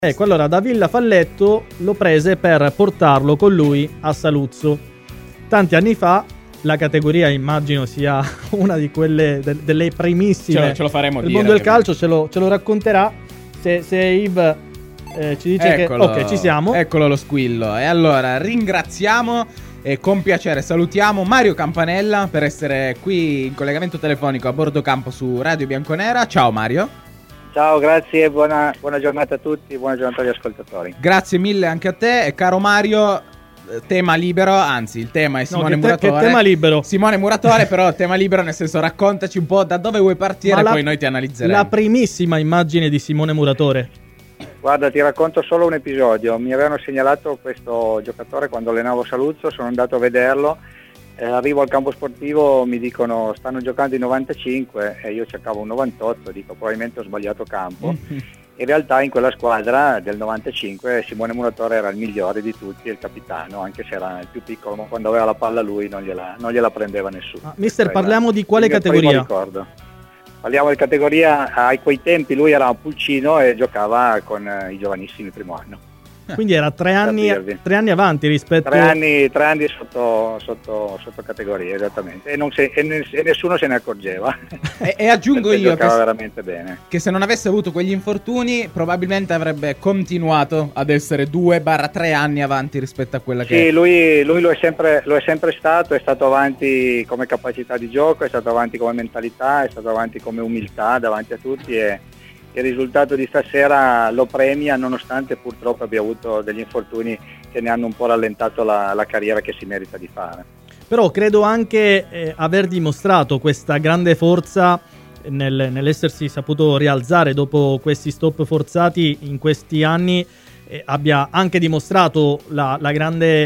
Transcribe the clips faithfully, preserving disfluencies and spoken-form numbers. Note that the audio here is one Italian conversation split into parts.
Ecco, allora da Villa Falletto lo prese per portarlo con lui a Saluzzo. Tanti anni fa, la categoria immagino sia una di quelle de- delle primissime. Ce lo, ce lo faremo Il dire. mondo del calcio ce lo, ce lo racconterà se, se Yves eh, ci dice Eccolo, che ok, ci siamo. Eccolo lo squillo. E allora ringraziamo e con piacere salutiamo Mario Campanella per essere qui in collegamento telefonico a bordo campo su Radio Bianconera. Ciao Mario. Ciao, grazie, buona, buona giornata a tutti, buona giornata agli ascoltatori. Grazie mille anche a te e caro Mario, tema libero, anzi il tema è Simone no, che te, Muratore. Che tema libero? Simone Muratore, però tema libero nel senso raccontaci un po' da dove vuoi partire e la, poi noi ti analizzeremo. La primissima immagine di Simone Muratore. Guarda, ti racconto solo un episodio. Mi avevano segnalato questo giocatore quando allenavo Saluzzo, sono andato a vederlo. Eh, arrivo al campo sportivo, mi dicono stanno giocando i novantacinque e io cercavo un novantotto, dico probabilmente ho sbagliato campo. In realtà in quella squadra del novantacinque Simone Muratore era il migliore di tutti, il capitano, anche se era il più piccolo, ma quando aveva la palla lui non gliela, non gliela prendeva nessuno. Ah, mister, Quella, parliamo di quale categoria? Ricordo. Parliamo di categoria, a quei tempi lui era un pulcino e giocava con eh, i giovanissimi primo anno. Quindi era tre anni, tre anni avanti rispetto... Tre anni, tre anni sotto, sotto, sotto categoria, esattamente. E, non se, e, ne, e nessuno se ne accorgeva. E, e aggiungo io che, veramente bene. che se non avesse avuto quegli infortuni probabilmente avrebbe continuato ad essere due barra tre anni avanti rispetto a quella sì, che... Sì, lui, lui lo, è sempre, lo è sempre stato, è stato avanti come capacità di gioco, è stato avanti come mentalità, è stato avanti come umiltà davanti a tutti e... il risultato di stasera lo premia nonostante purtroppo abbia avuto degli infortuni che ne hanno un po' rallentato la, la carriera che si merita di fare. Però credo anche eh, aver dimostrato questa grande forza nel, nell'essersi saputo rialzare dopo questi stop forzati in questi anni, eh, abbia anche dimostrato la, la grande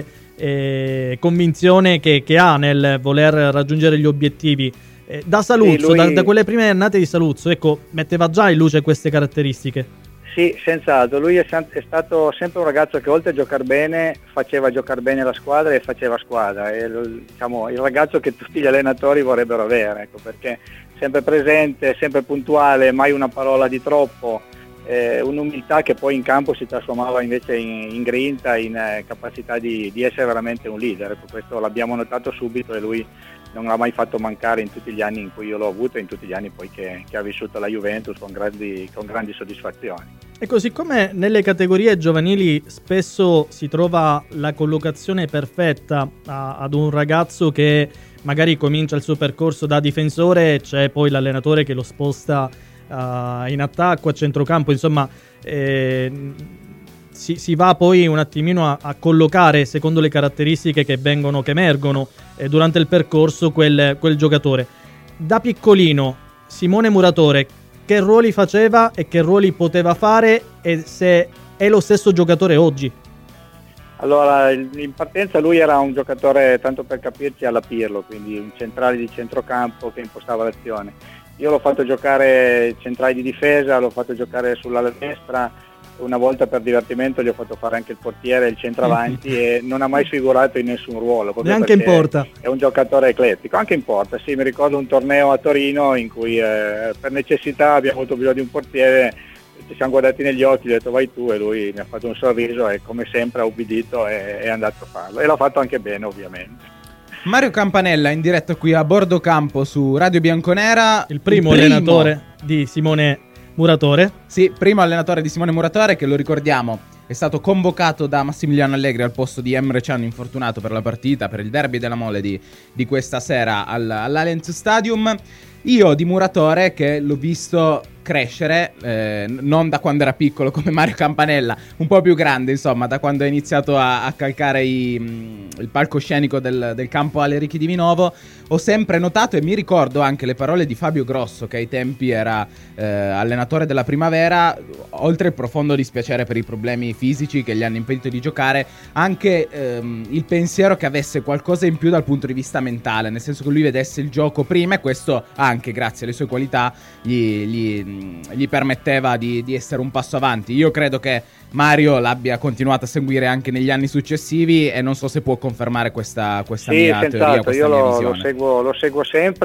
eh, convinzione che, che ha nel voler raggiungere gli obiettivi. Eh, da Saluzzo, sì, lui... da, da quelle prime annate di Saluzzo, ecco, metteva già in luce queste caratteristiche. Sì, senz'altro, lui è, è stato sempre un ragazzo che oltre a giocare bene faceva giocare bene la squadra e faceva squadra, è diciamo, il ragazzo che tutti gli allenatori vorrebbero avere, ecco, perché sempre presente, sempre puntuale, mai una parola di troppo, eh, un'umiltà che poi in campo si trasformava invece in, in grinta, in eh, capacità di, di essere veramente un leader, ecco, questo l'abbiamo notato subito e lui non l'ha mai fatto mancare in tutti gli anni in cui io l'ho avuto e in tutti gli anni poi che, che ha vissuto la Juventus con grandi, con grandi soddisfazioni. E così come nelle categorie giovanili spesso si trova la collocazione perfetta a, ad un ragazzo che magari comincia il suo percorso da difensore e c'è poi l'allenatore che lo sposta uh, in attacco, a centrocampo, insomma eh, si, si va poi un attimino a, a collocare secondo le caratteristiche che vengono, che emergono eh, durante il percorso quel, quel giocatore. Da piccolino Simone Muratore che ruoli faceva e che ruoli poteva fare e se è lo stesso giocatore oggi? Allora, in partenza lui era un giocatore, tanto per capirci, alla Pirlo, quindi un centrale di centrocampo che impostava l'azione. Io l'ho fatto giocare centrale di difesa, l'ho fatto giocare sull'ala destra, una volta per divertimento gli ho fatto fare anche il portiere e il centravanti e non ha mai sfigurato in nessun ruolo. Neanche in porta? È un giocatore eclettico, anche in porta, sì, mi ricordo un torneo a Torino in cui eh, per necessità abbiamo avuto bisogno di un portiere, ci siamo guardati negli occhi, gli ho detto vai tu e lui mi ha fatto un sorriso e come sempre ha ubbidito e è andato a farlo e l'ha fatto anche bene ovviamente. Mario Campanella in diretta qui a bordo campo su Radio Bianconera, il primo, il primo allenatore di Simone Muratore. Sì, primo allenatore di Simone Muratore che, lo ricordiamo, è stato convocato da Massimiliano Allegri al posto di Emre Can, infortunato per la partita, per il derby della Mole di, di questa sera al, all'Allianz Stadium. Io di Muratore che l'ho visto crescere, eh, non da quando era piccolo come Mario Campanella, un po' più grande insomma, da quando ha iniziato a, a calcare i, mh, il palcoscenico del, del campo Ale Ricchi di Minovo, ho sempre notato e mi ricordo anche le parole di Fabio Grosso che ai tempi era eh, allenatore della Primavera, oltre il profondo dispiacere per i problemi fisici che gli hanno impedito di giocare, anche ehm, il pensiero che avesse qualcosa in più dal punto di vista mentale, nel senso che lui vedesse il gioco prima e questo anche grazie alle sue qualità gli, gli gli permetteva di, di essere un passo avanti. Io credo che Mario l'abbia continuato a seguire anche negli anni successivi e non so se può confermare questa, questa sì, mia teoria, questa io mia lo, visione. Lo seguo, lo seguo sempre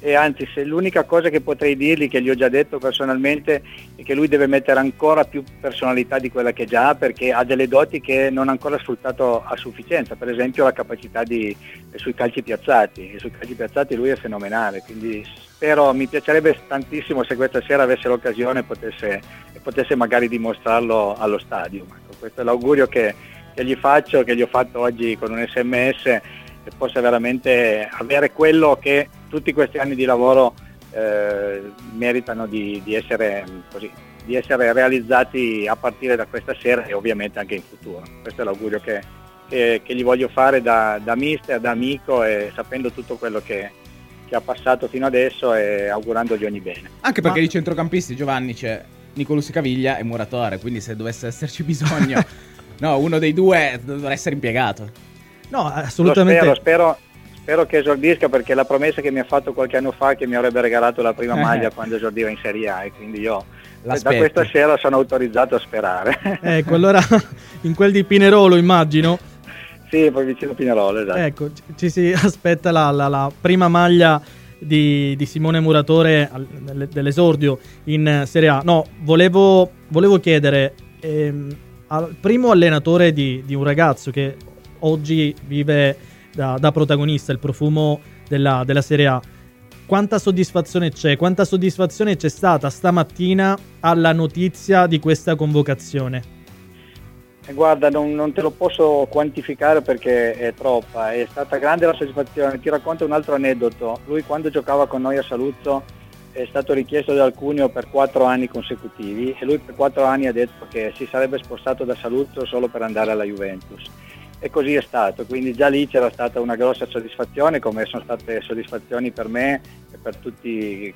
e anzi, se l'unica cosa che potrei dirgli, che gli ho già detto personalmente, è che lui deve mettere ancora più personalità di quella che già ha, perché ha delle doti che non ha ancora sfruttato a sufficienza, per esempio la capacità di, sui calci piazzati, e sui calci piazzati lui è fenomenale, quindi spero, mi piacerebbe tantissimo se questa sera avesse l'occasione e potesse, potesse magari dimostrarlo allo stadio. Ecco, questo è l'augurio che, che gli faccio, che gli ho fatto oggi con un sms, che possa veramente avere quello che tutti questi anni di lavoro eh, meritano di, di essere così, di essere realizzati a partire da questa sera e ovviamente anche in futuro. Questo è l'augurio che, che, che gli voglio fare da, da mister, da amico, e sapendo tutto quello che, che ha passato fino adesso e augurandogli ogni bene. Anche perché Ma... di centrocampisti, Giovanni, c'è Nicolussi Caviglia e Muratore, quindi se dovesse esserci bisogno no, uno dei due dovrà essere impiegato. No, assolutamente. Lo spero, spero, spero che esordisca, perché la promessa che mi ha fatto qualche anno fa, che mi avrebbe regalato la prima maglia quando esordiva in Serie A, e quindi io L'aspetti. Da questa sera sono autorizzato a sperare. Ecco, allora in quel di Pinerolo immagino. Sì, poi vicino Pinerolo, esatto. Ecco, ci si aspetta la, la, la prima maglia di, di Simone Muratore al, dell'esordio in Serie A. No, volevo, volevo chiedere ehm, al primo allenatore di, di un ragazzo che oggi vive da, da protagonista il profumo della, della Serie A, quanta soddisfazione c'è, quanta soddisfazione c'è stata stamattina alla notizia di questa convocazione? Eh, guarda, non, non te lo posso quantificare perché è troppa, è stata grande la soddisfazione. Ti racconto un altro aneddoto. Lui, quando giocava con noi a Saluzzo, è stato richiesto dal Cuneo per quattro anni consecutivi, e lui per quattro anni ha detto che si sarebbe spostato da Saluzzo solo per andare alla Juventus. E così è stato, quindi già lì c'era stata una grossa soddisfazione, come sono state soddisfazioni per me e per tutti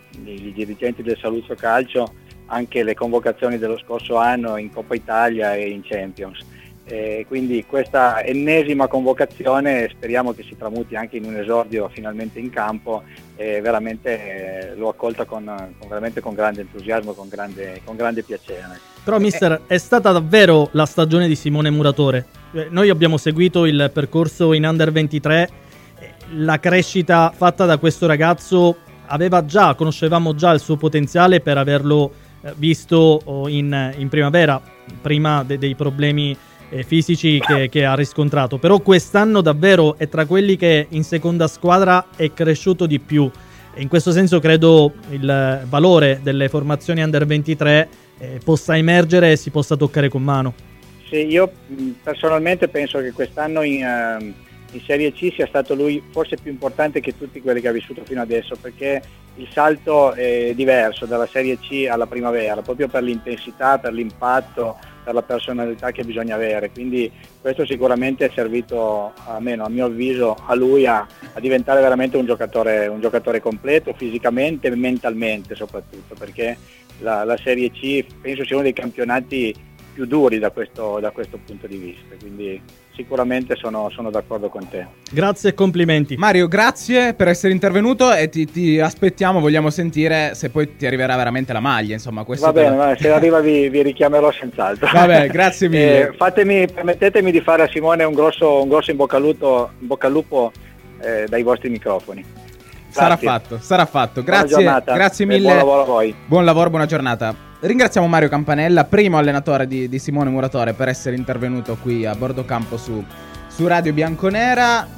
i dirigenti del Saluzzo Calcio, anche le convocazioni dello scorso anno in Coppa Italia e in Champions. E quindi questa ennesima convocazione speriamo che si tramuti anche in un esordio finalmente in campo, e veramente eh, l'ho accolta con, con, veramente con grande entusiasmo, con grande, con grande piacere. Però mister, è stata davvero la stagione di Simone Muratore. Noi abbiamo seguito il percorso in Under ventitré, la crescita fatta da questo ragazzo aveva già, conoscevamo già il suo potenziale per averlo visto in, in primavera, prima de, dei problemi eh, fisici che, che ha riscontrato. Però quest'anno davvero è tra quelli che in seconda squadra è cresciuto di più. E in questo senso credo il valore delle formazioni Under ventitré eh, possa emergere e si possa toccare con mano. Sì, io personalmente penso che quest'anno in, uh, in Serie C sia stato lui forse più importante che tutti quelli che ha vissuto fino adesso, perché il salto è diverso dalla Serie C alla primavera, proprio per l'intensità, per l'impatto, per la personalità che bisogna avere. Quindi questo sicuramente è servito, almeno a mio avviso, a lui a, a diventare veramente un giocatore, un giocatore completo, fisicamente e mentalmente soprattutto, perché la, la Serie C penso sia uno dei campionati più duri da questo, da questo punto di vista, quindi sicuramente sono, sono d'accordo con te. Grazie e complimenti. Mario, grazie per essere intervenuto, e ti, ti aspettiamo, vogliamo sentire se poi ti arriverà veramente la maglia, insomma. Questo va bene, lo... va, se arriva vi, vi richiamerò senz'altro. Vabbè, grazie mille. eh, fatemi, permettetemi di fare a Simone un grosso, un grosso in bocca al lupo, in bocca al lupo eh, dai vostri microfoni. Sarà Grazie. fatto, sarà fatto. Grazie, grazie mille. Buon lavoro a voi. Buon lavoro, buona giornata. Ringraziamo Mario Campanella, primo allenatore di, di Simone Muratore, per essere intervenuto qui a bordo campo su, su Radio Bianconera.